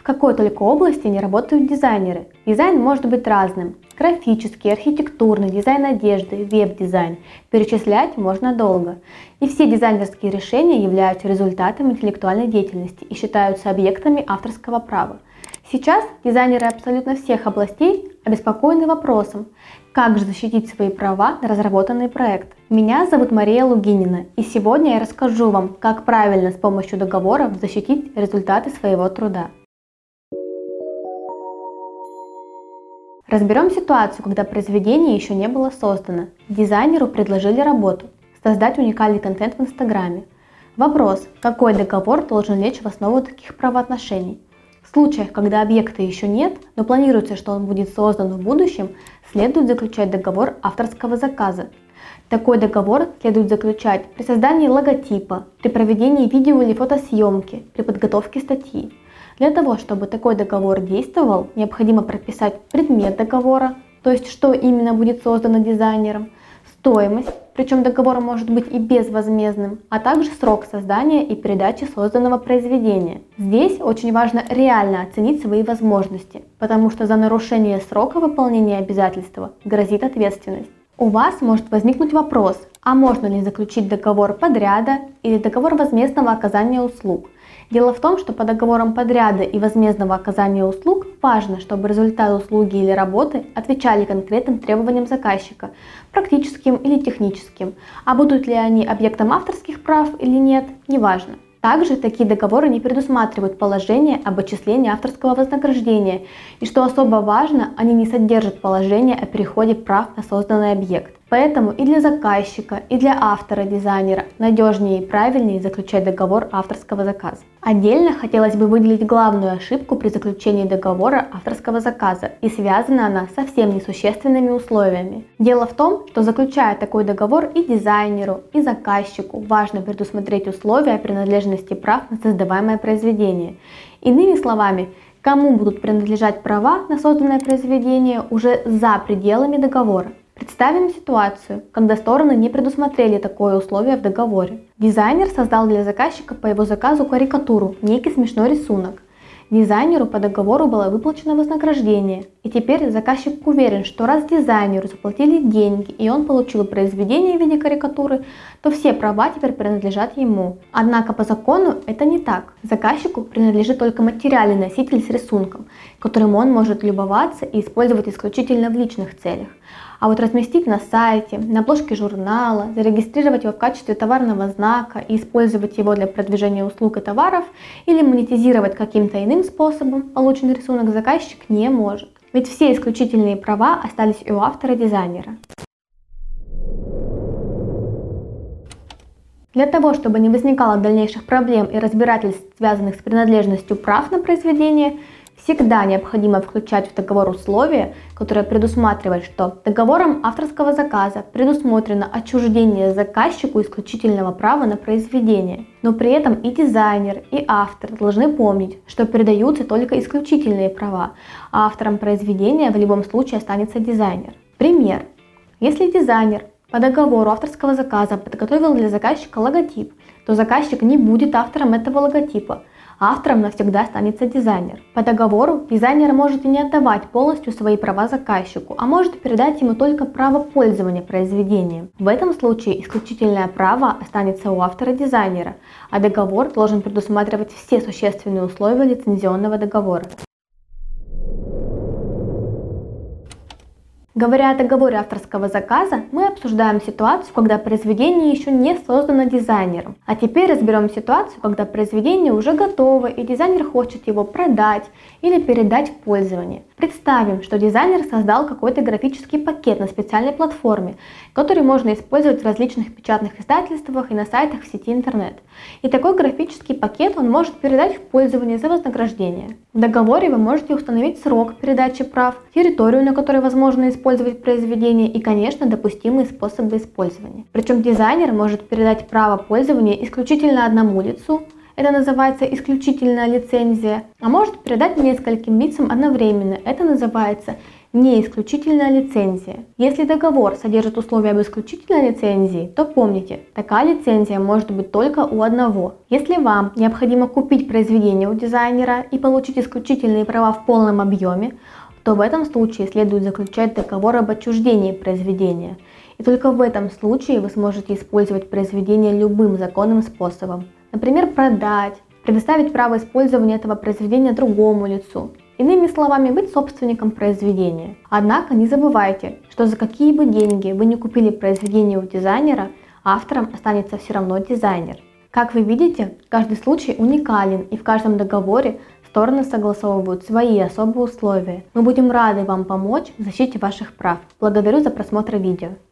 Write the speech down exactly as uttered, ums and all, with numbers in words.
какой только области не работают дизайнеры. Дизайн может быть разным. Графический, архитектурный, дизайн одежды, веб-дизайн. Перечислять можно долго. И все дизайнерские решения являются результатом интеллектуальной деятельности и считаются объектами авторского права. Сейчас дизайнеры абсолютно всех областей обеспокоены вопросом, как же защитить свои права на разработанный проект. Меня зовут Мария Лугинина, и сегодня я расскажу вам, как правильно с помощью договоров защитить результаты своего труда. Разберем ситуацию, когда произведение еще не было создано. Дизайнеру предложили работу – создать уникальный контент в Инстаграме. Вопрос, какой договор должен лечь в основу таких правоотношений? В случаях, когда объекта еще нет, но планируется, что он будет создан в будущем, следует заключать договор авторского заказа. Такой договор следует заключать при создании логотипа, при проведении видео или фотосъемки, при подготовке статьи. Для того, чтобы такой договор действовал, необходимо прописать предмет договора, то есть что именно будет создано дизайнером, стоимость, причем договор может быть и безвозмездным, а также срок создания и передачи созданного произведения. Здесь очень важно реально оценить свои возможности, потому что за нарушение срока выполнения обязательства грозит ответственность. У вас может возникнуть вопрос, а можно ли заключить договор подряда или договор возмездного оказания услуг? Дело в том, что по договорам подряда и возмездного оказания услуг важно, чтобы результаты услуги или работы отвечали конкретным требованиям заказчика, практическим или техническим, а будут ли они объектом авторских прав или нет, неважно. Также такие договоры не предусматривают положение об отчислении авторского вознаграждения, и что особо важно, они не содержат положение о переходе прав на созданный объект. Поэтому и для заказчика, и для автора-дизайнера надежнее и правильнее заключать договор авторского заказа. Отдельно хотелось бы выделить главную ошибку при заключении договора авторского заказа, и связана она со совсем несущественными условиями. Дело в том, что заключая такой договор и дизайнеру, и заказчику важно предусмотреть условия принадлежности прав на создаваемое произведение. Иными словами, кому будут принадлежать права на созданное произведение уже за пределами договора. Представим ситуацию, когда стороны не предусмотрели такое условие в договоре. Дизайнер создал для заказчика по его заказу карикатуру, некий смешной рисунок. Дизайнеру по договору было выплачено вознаграждение, и теперь заказчик уверен, что раз дизайнеру заплатили деньги и он получил произведение в виде карикатуры, то все права теперь принадлежат ему. Однако по закону это не так. Заказчику принадлежит только материальный носитель с рисунком, которым он может любоваться и использовать исключительно в личных целях. А вот разместить на сайте, на обложке журнала, зарегистрировать его в качестве товарного знака и использовать его для продвижения услуг и товаров или монетизировать каким-то иным способом полученный рисунок заказчик не может. Ведь все исключительные права остались и у автора-дизайнера. Для того, чтобы не возникало дальнейших проблем и разбирательств, связанных с принадлежностью прав на произведение, всегда необходимо включать в договор условия, которые предусматривают, что договором авторского заказа предусмотрено отчуждение заказчику исключительного права на произведение. Но при этом и дизайнер, и автор должны помнить, что передаются только исключительные права, а автором произведения в любом случае останется дизайнер. Пример. Если дизайнер по договору авторского заказа подготовил для заказчика логотип, то заказчик не будет автором этого логотипа. Автором навсегда останется дизайнер. По договору дизайнер может и не отдавать полностью свои права заказчику, а может передать ему только право пользования произведением. В этом случае исключительное право останется у автора-дизайнера, а договор должен предусматривать все существенные условия лицензионного договора. Говоря о договоре авторского заказа, мы обсуждаем ситуацию, когда произведение еще не создано дизайнером. А теперь разберем ситуацию, когда произведение уже готово и дизайнер хочет его продать или передать в пользование. Представим, что дизайнер создал какой-то графический пакет на специальной платформе, который можно использовать в различных печатных издательствах и на сайтах в сети интернет. И такой графический пакет он может передать в пользование за вознаграждение. В договоре вы можете установить срок передачи прав, территорию, на которой возможно использовать произведение и, конечно, допустимые способы использования. Причем дизайнер может передать право пользования исключительно одному лицу, это называется исключительная лицензия, а может передать нескольким лицам одновременно, это называется не исключительная лицензия. Если договор содержит условия об исключительной лицензии, то помните, такая лицензия может быть только у одного. Если вам необходимо купить произведение у дизайнера и получить исключительные права в полном объеме, то в этом случае следует заключать договор об отчуждении произведения. И только в этом случае вы сможете использовать произведение любым законным способом. Например, продать, предоставить право использования этого произведения другому лицу. Иными словами, быть собственником произведения. Однако не забывайте, что за какие бы деньги вы не купили произведение у дизайнера, автором останется все равно дизайнер. Как вы видите, каждый случай уникален, и в каждом договоре стороны согласовывают свои особые условия. Мы будем рады вам помочь в защите ваших прав. Благодарю за просмотр видео.